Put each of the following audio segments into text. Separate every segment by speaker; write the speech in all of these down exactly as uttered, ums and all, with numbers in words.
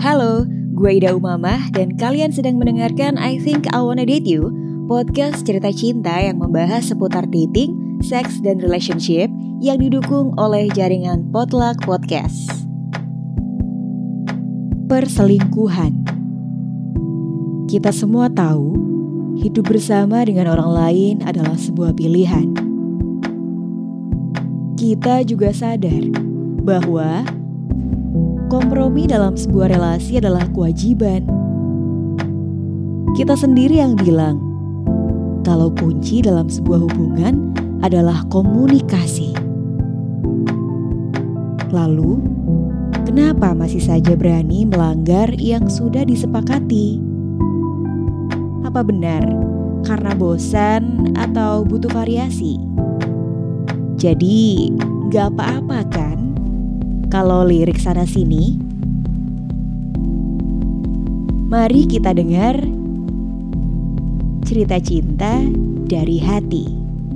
Speaker 1: Halo, gue Ida Umamah dan kalian sedang mendengarkan I Think I Wanna Date You, podcast cerita cinta yang membahas seputar dating, seks, dan relationship yang didukung oleh jaringan Potluck Podcast. Perselingkuhan. Kita semua tahu, hidup bersama dengan orang lain adalah sebuah pilihan. Kita juga sadar bahwa kompromi dalam sebuah relasi adalah kewajiban. Kita sendiri yang bilang kalau kunci dalam sebuah hubungan adalah komunikasi. Lalu, kenapa masih saja berani melanggar yang sudah disepakati? Apa benar karena bosan atau butuh variasi? Jadi, gak apa-apa kan kalau lirik sana sini? Mari kita dengar cerita cinta dari hati.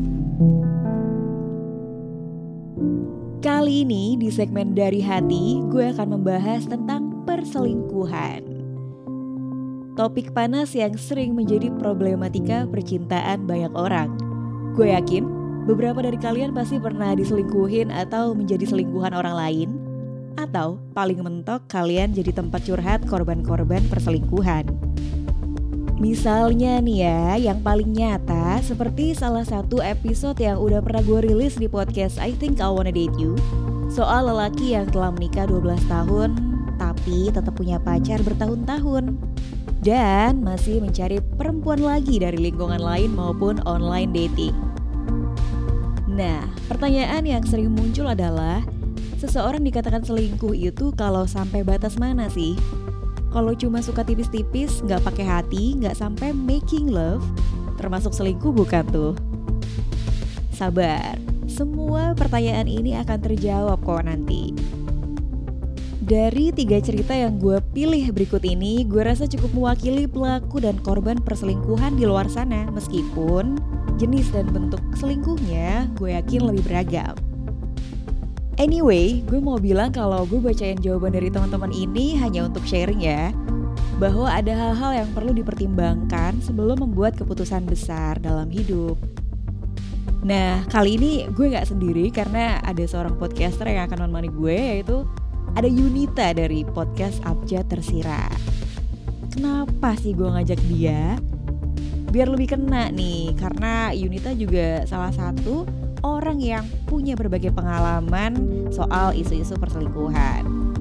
Speaker 1: Kali ini di segmen Dari Hati, gue akan membahas tentang perselingkuhan. Topik panas yang sering menjadi problematika percintaan banyak orang. Gue yakin beberapa dari kalian pasti pernah diselingkuhin atau menjadi selingkuhan orang lain. Atau paling mentok kalian jadi tempat curhat korban-korban perselingkuhan. Misalnya nih ya, yang paling nyata seperti salah satu episode yang udah pernah gue rilis di podcast I Think I Wanna Date You, soal lelaki yang telah menikah dua belas tahun tapi tetap punya pacar bertahun-tahun dan masih mencari perempuan lagi dari lingkungan lain maupun online dating. Nah, pertanyaan yang sering muncul adalah, seseorang dikatakan selingkuh itu kalau sampai batas mana sih? Kalau cuma suka tipis-tipis, gak pakai hati, gak sampai making love, termasuk selingkuh bukan tuh? Sabar, semua pertanyaan ini akan terjawab kok nanti. Dari tiga cerita yang gue pilih berikut ini, gue rasa cukup mewakili pelaku dan korban perselingkuhan di luar sana. Meskipun jenis dan bentuk selingkuhnya gue yakin lebih beragam. Anyway, gue mau bilang kalau gue bacain jawaban dari teman-teman ini hanya untuk sharing ya, bahwa ada hal-hal yang perlu dipertimbangkan sebelum membuat keputusan besar dalam hidup. Nah, kali ini gue gak sendiri karena ada seorang podcaster yang akan menemani gue, yaitu ada Yunita dari podcast Abjad Tersirat. Kenapa sih gue ngajak dia? Biar lebih kena nih, karena Yunita juga salah satu orang yang punya berbagai pengalaman soal isu-isu perselingkuhan.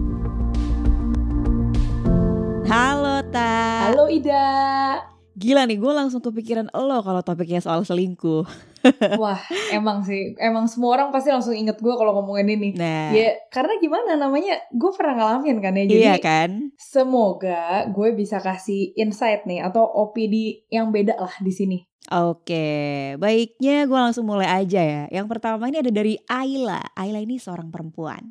Speaker 1: Halo Ta.
Speaker 2: Halo Ida.
Speaker 1: Gila nih, gue langsung kepikiran lo kalau topiknya soal selingkuh.
Speaker 2: Wah, emang sih, emang semua orang pasti langsung inget gue kalau ngomongin ini.
Speaker 1: Nah,
Speaker 2: ya karena gimana namanya, gue pernah ngalamin kan ya. Jadi
Speaker 1: iya kan?
Speaker 2: Semoga gue bisa kasih insight nih atau opini yang beda lah di sini.
Speaker 1: Oke, baiknya gue langsung mulai aja ya. Yang pertama ini ada dari Ayla. Ayla ini seorang perempuan.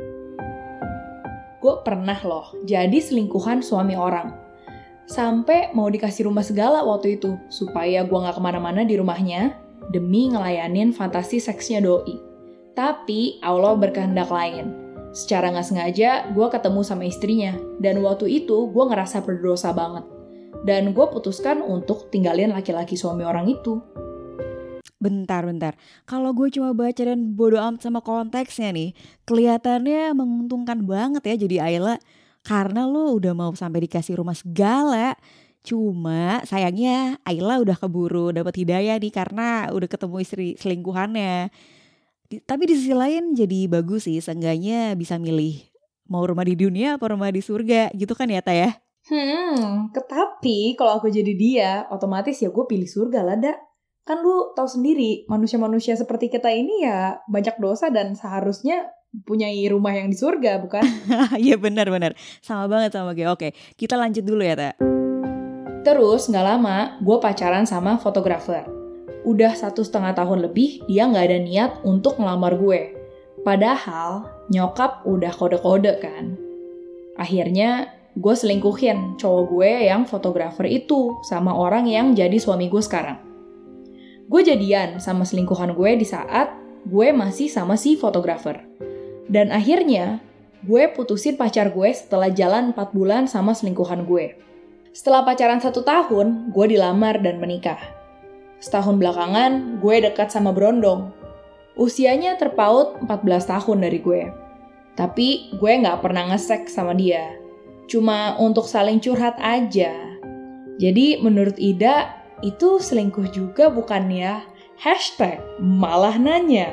Speaker 2: Gue pernah loh jadi selingkuhan suami orang. Sampai mau dikasih rumah segala waktu itu, supaya gue gak kemana-mana di rumahnya, demi ngelayanin fantasi seksnya doi. Tapi Allah berkehendak lain. Secara gak sengaja, gue ketemu sama istrinya. Dan waktu itu gue ngerasa berdosa banget. Dan gue putuskan untuk tinggalin laki-laki suami orang itu.
Speaker 1: Bentar, bentar. Kalau gue cuma baca dan bodo amat sama konteksnya nih, kelihatannya menguntungkan banget ya jadi Ayla. Karena lo udah mau sampai dikasih rumah segala. Cuma sayangnya Ayla udah keburu dapat hidayah nih karena udah ketemu istri selingkuhannya. Di, tapi di sisi lain jadi bagus sih, seenggaknya bisa milih mau rumah di dunia apa rumah di surga gitu kan ya Ta ya?
Speaker 2: Hmm, tetapi kalau aku jadi dia, otomatis ya gue pilih surga lah, Da. Kan lu tahu sendiri, manusia-manusia seperti kita ini ya banyak dosa dan seharusnya punya rumah yang di surga, bukan?
Speaker 1: Iya benar-benar, sama banget sama gue. Oke, kita lanjut dulu ya Ta.
Speaker 2: Terus gak lama, gue pacaran sama fotografer. Udah satu setengah tahun lebih, dia gak ada niat untuk ngelamar gue. Padahal, nyokap udah kode-kode kan. Akhirnya, gue selingkuhin cowok gue yang fotografer itu sama orang yang jadi suami gue sekarang. Gue jadian sama selingkuhan gue di saat gue masih sama si fotografer. Dan akhirnya, gue putusin pacar gue setelah jalan empat bulan sama selingkuhan gue. Setelah pacaran satu tahun, gue dilamar dan menikah. Setahun belakangan, gue dekat sama Brondong. Usianya terpaut empat belas tahun dari gue. Tapi gue gak pernah nge-seks sama dia. Cuma untuk saling curhat aja. Jadi menurut Ida, itu selingkuh juga bukan ya? Hashtag malah nanya.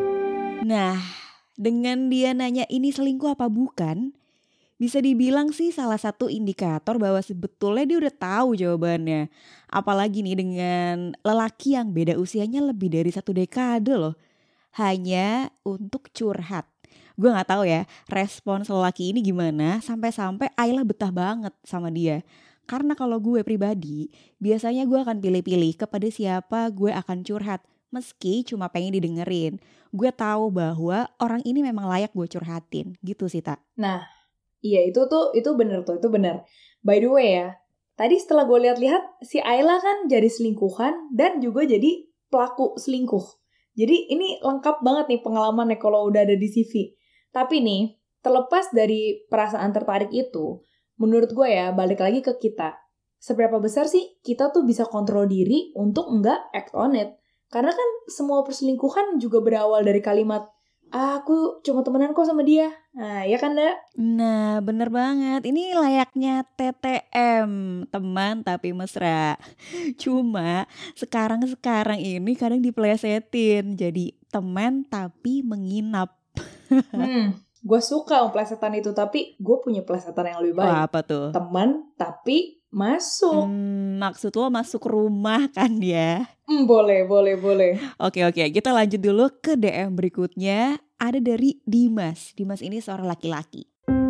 Speaker 1: Nah, dengan dia nanya ini selingkuh apa bukan, bisa dibilang sih salah satu indikator bahwa sebetulnya dia udah tahu jawabannya. Apalagi nih dengan lelaki yang beda usianya lebih dari satu dekade loh. Hanya untuk curhat. Gue gak tahu ya respons lelaki ini gimana sampai-sampai Ayla betah banget sama dia. Karena kalau gue pribadi, biasanya gue akan pilih-pilih kepada siapa gue akan curhat. Meski cuma pengen didengerin. Gue tahu bahwa orang ini memang layak gue curhatin. Gitu sih, Tak.
Speaker 2: Nah, iya itu tuh, itu bener tuh, itu bener. By the way ya, tadi setelah gue lihat-lihat, si Ayla kan jadi selingkuhan dan juga jadi pelaku selingkuh. Jadi ini lengkap banget nih pengalamannya kalau udah ada di C V. Tapi nih, terlepas dari perasaan tertarik itu, menurut gue ya, balik lagi ke kita. Seberapa besar sih kita tuh bisa kontrol diri untuk nggak act on it? Karena kan semua perselingkuhan juga berawal dari kalimat, ah, aku cuma temenan kok sama dia. Nah, ya kan, Da?
Speaker 1: Nah, bener banget. Ini layaknya T T M, teman tapi mesra. Cuma sekarang-sekarang ini kadang dipelesetin jadi teman tapi menginap.
Speaker 2: hmm, gue suka pelesetan itu, tapi gue punya pelesetan yang lebih baik.
Speaker 1: Oh, apa tuh?
Speaker 2: Teman tapi masuk.
Speaker 1: Hmm, maksud lo masuk rumah kan ya?
Speaker 2: Hmm, boleh, boleh, boleh.
Speaker 1: Oke, oke. Kita lanjut dulu ke D M berikutnya. Ada dari Dimas. Dimas ini seorang laki-laki.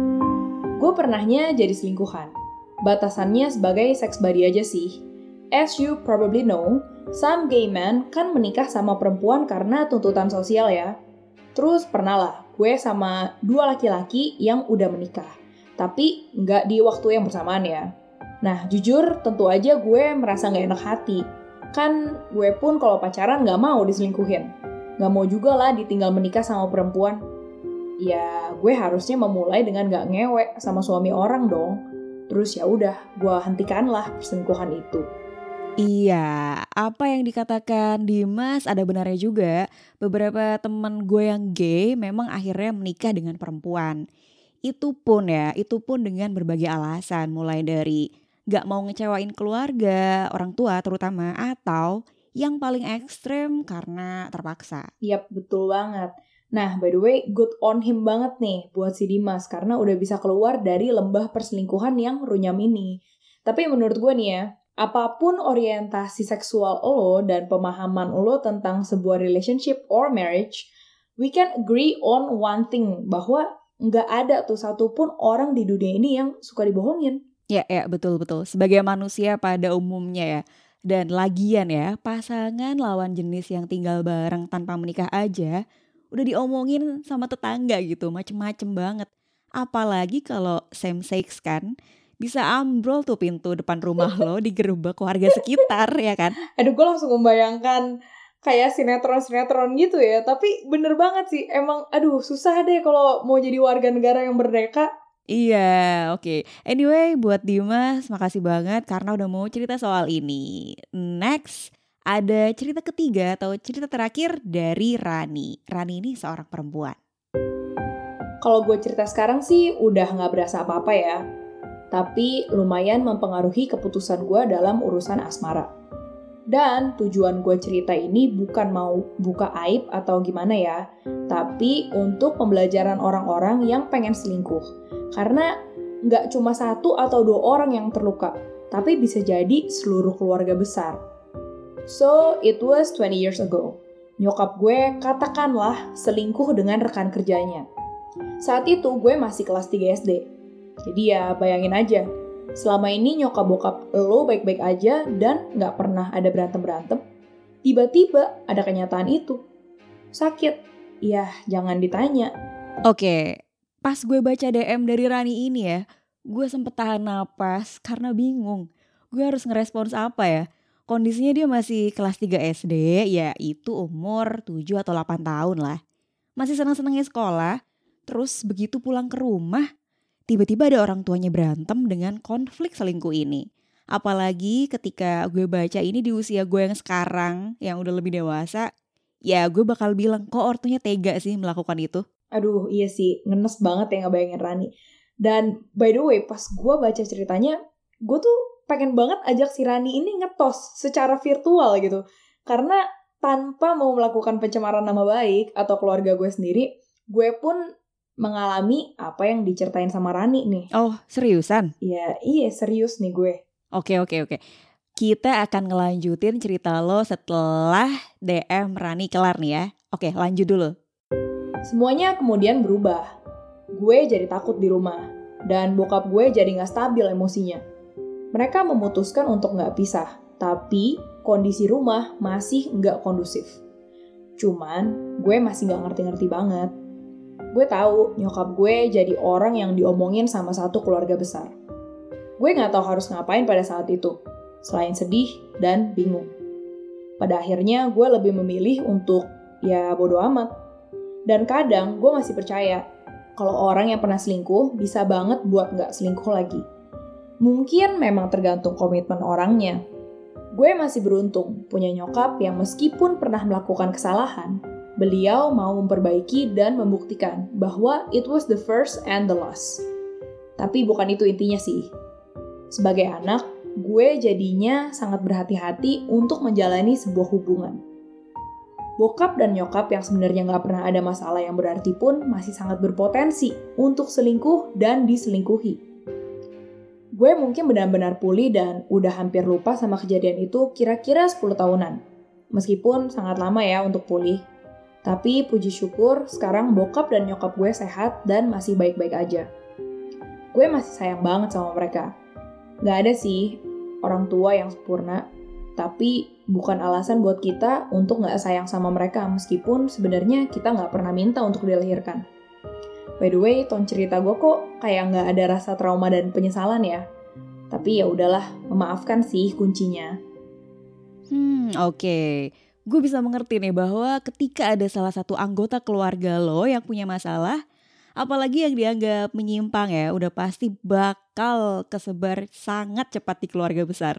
Speaker 2: Gue pernahnya jadi selingkuhan. Batasannya sebagai sex buddy aja sih. As you probably know, some gay men kan menikah sama perempuan karena tuntutan sosial ya. Terus pernah lah, gue sama dua laki-laki yang udah menikah. Tapi nggak di waktu yang bersamaan ya. Nah, jujur tentu aja gue merasa nggak enak hati. Kan gue pun kalau pacaran nggak mau diselingkuhin. Nggak mau juga lah ditinggal menikah sama perempuan. Ya, gue harusnya memulai dengan nggak ngewek sama suami orang dong. Terus ya udah, gue hentikanlah perselingkuhan itu.
Speaker 1: Iya, apa yang dikatakan Dimas ada benarnya juga. Beberapa teman gue yang gay memang akhirnya menikah dengan perempuan. Itu pun ya, itu pun dengan berbagai alasan. Mulai dari gak mau ngecewain keluarga, orang tua terutama. Atau yang paling ekstrem karena terpaksa.
Speaker 2: Yap, betul banget. Nah, by the way, good on him banget nih buat si Dimas. Karena udah bisa keluar dari lembah perselingkuhan yang runyam ini. Tapi menurut gue nih ya, apapun orientasi seksual lo dan pemahaman lo tentang sebuah relationship or marriage, we can agree on one thing, bahwa nggak ada tuh satupun orang di dunia ini yang suka dibohongin.
Speaker 1: Ya, ya betul-betul. Sebagai manusia pada umumnya ya. Dan lagian ya, pasangan lawan jenis yang tinggal bareng tanpa menikah aja udah diomongin sama tetangga gitu, macem-macem banget. Apalagi kalau same sex kan. Bisa ambrol tuh pintu depan rumah lo, digerebek warga sekitar ya kan.
Speaker 2: Aduh, gue langsung membayangkan kayak sinetron-sinetron gitu ya. Tapi bener banget sih, emang aduh susah deh kalau mau jadi warga negara yang merdeka.
Speaker 1: Iya, oke. Okay. Anyway, buat Dimas, makasih banget karena udah mau cerita soal ini. Next, ada cerita ketiga atau cerita terakhir dari Rani. Rani ini seorang perempuan.
Speaker 2: Kalau gue cerita sekarang sih udah gak berasa apa-apa ya. Tapi lumayan mempengaruhi keputusan gue dalam urusan asmara. Dan tujuan gue cerita ini bukan mau buka aib atau gimana ya, tapi untuk pembelajaran orang-orang yang pengen selingkuh. Karena nggak cuma satu atau dua orang yang terluka, tapi bisa jadi seluruh keluarga besar. So, it was twenty years ago. Nyokap gue katakanlah selingkuh dengan rekan kerjanya. Saat itu gue masih kelas tiga S D. Jadi ya bayangin aja, selama ini nyokap bokap lo baik-baik aja dan gak pernah ada berantem-berantem. Tiba-tiba ada kenyataan itu. Sakit. Ya jangan ditanya.
Speaker 1: Oke, pas gue baca D M dari Rani ini ya, gue sempet tahan napas karena bingung. Gue harus ngerespons apa ya? Kondisinya dia masih kelas tiga S D, ya itu umur tujuh atau delapan tahun lah. Masih seneng-senengnya sekolah. Terus begitu pulang ke rumah, tiba-tiba ada orang tuanya berantem dengan konflik selingkuh ini. Apalagi ketika gue baca ini di usia gue yang sekarang, yang udah lebih dewasa, ya gue bakal bilang kok ortunya tega sih melakukan itu.
Speaker 2: Aduh iya sih, ngenes banget ya ngebayangin Rani. Dan by the way, pas gue baca ceritanya, gue tuh pengen banget ajak si Rani ini ngetos secara virtual gitu. Karena tanpa mau melakukan pencemaran nama baik atau keluarga gue sendiri, gue pun mengalami apa yang diceritain sama Rani nih.
Speaker 1: Oh seriusan?
Speaker 2: Ya iya serius nih gue.
Speaker 1: Oke oke oke. Kita akan ngelanjutin cerita lo setelah D M Rani kelar nih ya. Oke lanjut dulu.
Speaker 2: Semuanya kemudian berubah. Gue jadi takut di rumah. Dan bokap gue jadi gak stabil emosinya. Mereka memutuskan untuk gak pisah. Tapi kondisi rumah masih gak kondusif. Cuman gue masih gak ngerti-ngerti banget. Gue tahu nyokap gue jadi orang yang diomongin sama satu keluarga besar. Gue gak tahu harus ngapain pada saat itu, selain sedih dan bingung. Pada akhirnya gue lebih memilih untuk ya bodo amat. Dan kadang gue masih percaya kalau orang yang pernah selingkuh bisa banget buat gak selingkuh lagi. Mungkin memang tergantung komitmen orangnya. Gue masih beruntung punya nyokap yang meskipun pernah melakukan kesalahan, beliau mau memperbaiki dan membuktikan bahwa it was the first and the last. Tapi bukan itu intinya sih. Sebagai anak, gue jadinya sangat berhati-hati untuk menjalani sebuah hubungan. Bokap dan nyokap yang sebenarnya gak pernah ada masalah yang berarti pun masih sangat berpotensi untuk selingkuh dan diselingkuhi. Gue mungkin benar-benar pulih dan udah hampir lupa sama kejadian itu kira-kira sepuluh tahunan. Meskipun sangat lama ya untuk pulih. Tapi puji syukur sekarang bokap dan nyokap gue sehat dan masih baik-baik aja. Gue masih sayang banget sama mereka. Gak ada sih orang tua yang sempurna, tapi bukan alasan buat kita untuk gak sayang sama mereka meskipun sebenarnya kita gak pernah minta untuk dilahirkan. By the way, tone cerita gue kok kayak gak ada rasa trauma dan penyesalan ya. Tapi ya udahlah, memaafkan sih kuncinya.
Speaker 1: Hmm, oke. Okay. Gue bisa mengerti nih bahwa ketika ada salah satu anggota keluarga lo yang punya masalah, apalagi yang dianggap menyimpang ya, udah pasti bakal kesebar sangat cepat di keluarga besar.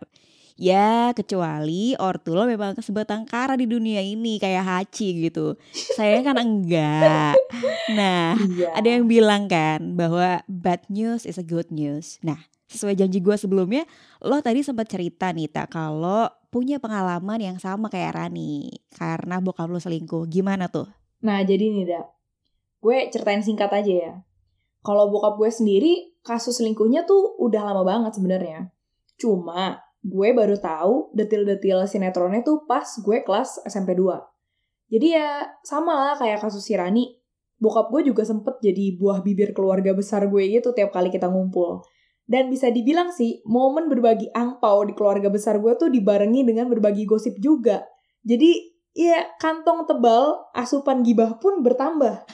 Speaker 1: Ya kecuali ortu lo memang sebatang kara di dunia ini kayak Hachi gitu. Sayangnya kan enggak. Nah
Speaker 2: Iya.
Speaker 1: ada yang bilang kan bahwa bad news is a good news. Nah sesuai janji gue sebelumnya, lo tadi sempat cerita nih Tak kalau punya pengalaman yang sama kayak Rani karena bokap lo selingkuh. Gimana tuh?
Speaker 2: Nah jadi nih Dak, gue ceritain singkat aja ya. Kalau bokap gue sendiri, kasus selingkuhnya tuh udah lama banget sebenarnya. Cuma gue baru tahu detil-detil sinetronnya tuh pas gue kelas S M P dua. Jadi ya sama lah kayak kasus si Rani. Bokap gue juga sempet jadi buah bibir keluarga besar gue gitu tiap kali kita ngumpul. Dan bisa dibilang sih, momen berbagi angpau di keluarga besar gue tuh dibarengi dengan berbagi gosip juga. Jadi ya kantong tebal, asupan gibah pun bertambah.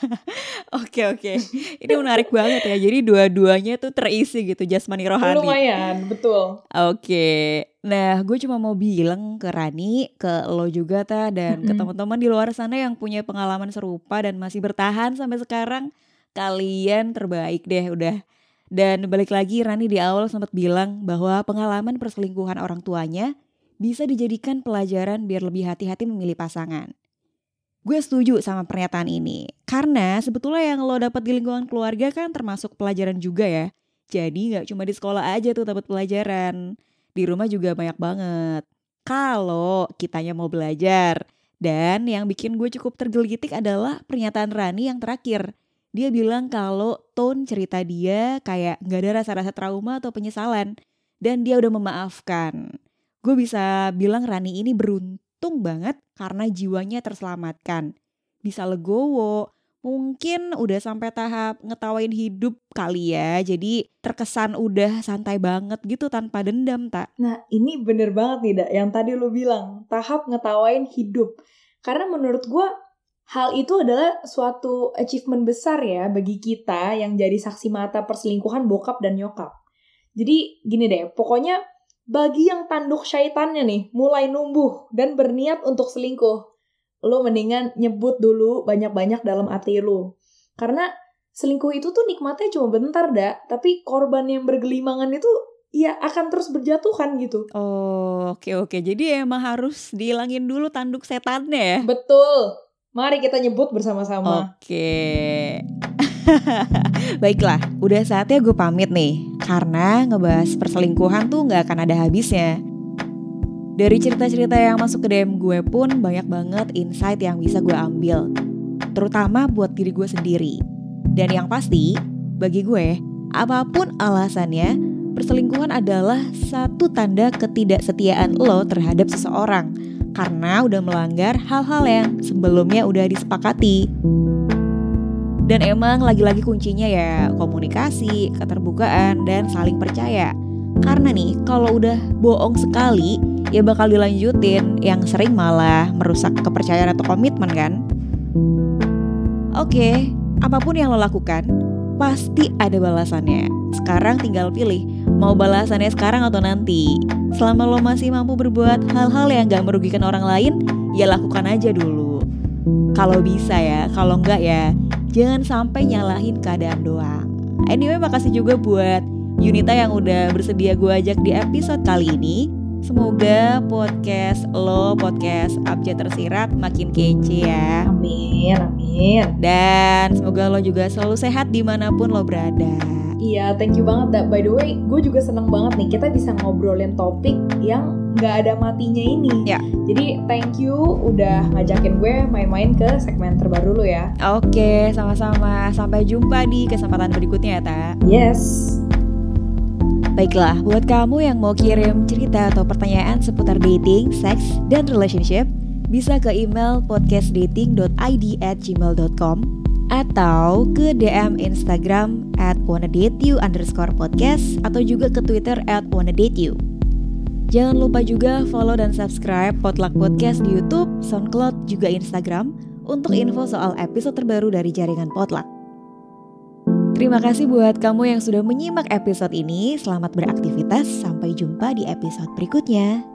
Speaker 1: Oke oke, ini menarik banget ya. Jadi dua-duanya tuh terisi gitu jasmani rohani.
Speaker 2: Lumayan, betul.
Speaker 1: Oke, nah gue cuma mau bilang ke Rani, ke lo juga Ta, dan mm-hmm. ke teman-teman di luar sana yang punya pengalaman serupa dan masih bertahan sampai sekarang. Kalian terbaik deh udah. Dan balik lagi Rani di awal sempat bilang bahwa pengalaman perselingkuhan orang tuanya bisa dijadikan pelajaran biar lebih hati-hati memilih pasangan. Gue setuju sama pernyataan ini. Karena sebetulnya yang lo dapat di lingkungan keluarga kan termasuk pelajaran juga ya. Jadi gak cuma di sekolah aja tuh dapat pelajaran. Di rumah juga banyak banget. Kalau kitanya mau belajar. Dan yang bikin gue cukup tergelitik adalah pernyataan Rani yang terakhir. Dia bilang kalau tone cerita dia kayak gak ada rasa-rasa trauma atau penyesalan. Dan dia udah memaafkan. Gue bisa bilang Rani ini beruntung banget karena jiwanya terselamatkan. Bisa legowo, mungkin udah sampai tahap ngetawain hidup kali ya. Jadi terkesan udah santai banget gitu tanpa dendam Tak.
Speaker 2: Nah ini bener banget nih Dak, yang tadi lu bilang, tahap ngetawain hidup. Karena menurut gue hal itu adalah suatu achievement besar ya bagi kita yang jadi saksi mata perselingkuhan bokap dan nyokap. Jadi gini deh, pokoknya bagi yang tanduk syaitannya nih mulai numbuh dan berniat untuk selingkuh, lo mendingan nyebut dulu banyak-banyak dalam hati lo. Karena selingkuh itu tuh nikmatnya cuma bentar, Da. Tapi korban yang bergelimangan itu ya akan terus berjatuhan gitu.
Speaker 1: Oh, oke oke. Jadi emang harus dihilangin dulu tanduk setannya ya?
Speaker 2: Betul. Mari kita nyebut bersama-sama.
Speaker 1: Oke. Baiklah, udah saatnya gue pamit nih. Karena ngebahas perselingkuhan tuh gak akan ada habisnya. Dari cerita-cerita yang masuk ke D M gue pun banyak banget insight yang bisa gue ambil. Terutama buat diri gue sendiri. Dan yang pasti, bagi gue, apapun alasannya, perselingkuhan adalah satu tanda ketidaksetiaan lo terhadap seseorang. Karena udah melanggar hal-hal yang sebelumnya udah disepakati. Dan emang lagi-lagi kuncinya ya komunikasi, keterbukaan, dan saling percaya. Karena nih kalau udah bohong sekali ya bakal dilanjutin, yang sering malah merusak kepercayaan atau komitmen kan. Oke, apapun yang lo lakukan pasti ada balasannya. Sekarang tinggal pilih mau balasannya sekarang atau nanti. Selama lo masih mampu berbuat hal-hal yang gak merugikan orang lain, ya lakukan aja dulu. Kalau bisa ya, kalau enggak ya jangan sampai nyalahin keadaan doang. Anyway, makasih juga buat Yunita yang udah bersedia gue ajak di episode kali ini. Semoga podcast lo, podcast Abjad Tersirat makin kece ya.
Speaker 2: Amin, amin.
Speaker 1: Dan semoga lo juga selalu sehat dimanapun lo berada.
Speaker 2: Iya, thank you banget, Da. By the way, gue juga seneng banget nih kita bisa ngobrolin topik yang gak ada matinya ini.
Speaker 1: Ya.
Speaker 2: Jadi thank you udah ngajakin gue main-main ke segmen terbaru lo ya.
Speaker 1: Oke, sama-sama. Sampai jumpa di kesempatan berikutnya ya, Ta.
Speaker 2: Yes.
Speaker 1: Baiklah, buat kamu yang mau kirim cerita atau pertanyaan seputar dating, seks, dan relationship, bisa ke email podcastdating dot i d at gmail dot com atau ke D M Instagram at wannadateyou underscore podcast atau juga ke Twitter at wannadateyou. Jangan lupa juga follow dan subscribe Potluck Podcast di YouTube, SoundCloud, juga Instagram untuk info soal episode terbaru dari jaringan Potluck. Terima kasih buat kamu yang sudah menyimak episode ini. Selamat beraktivitas, sampai jumpa di episode berikutnya.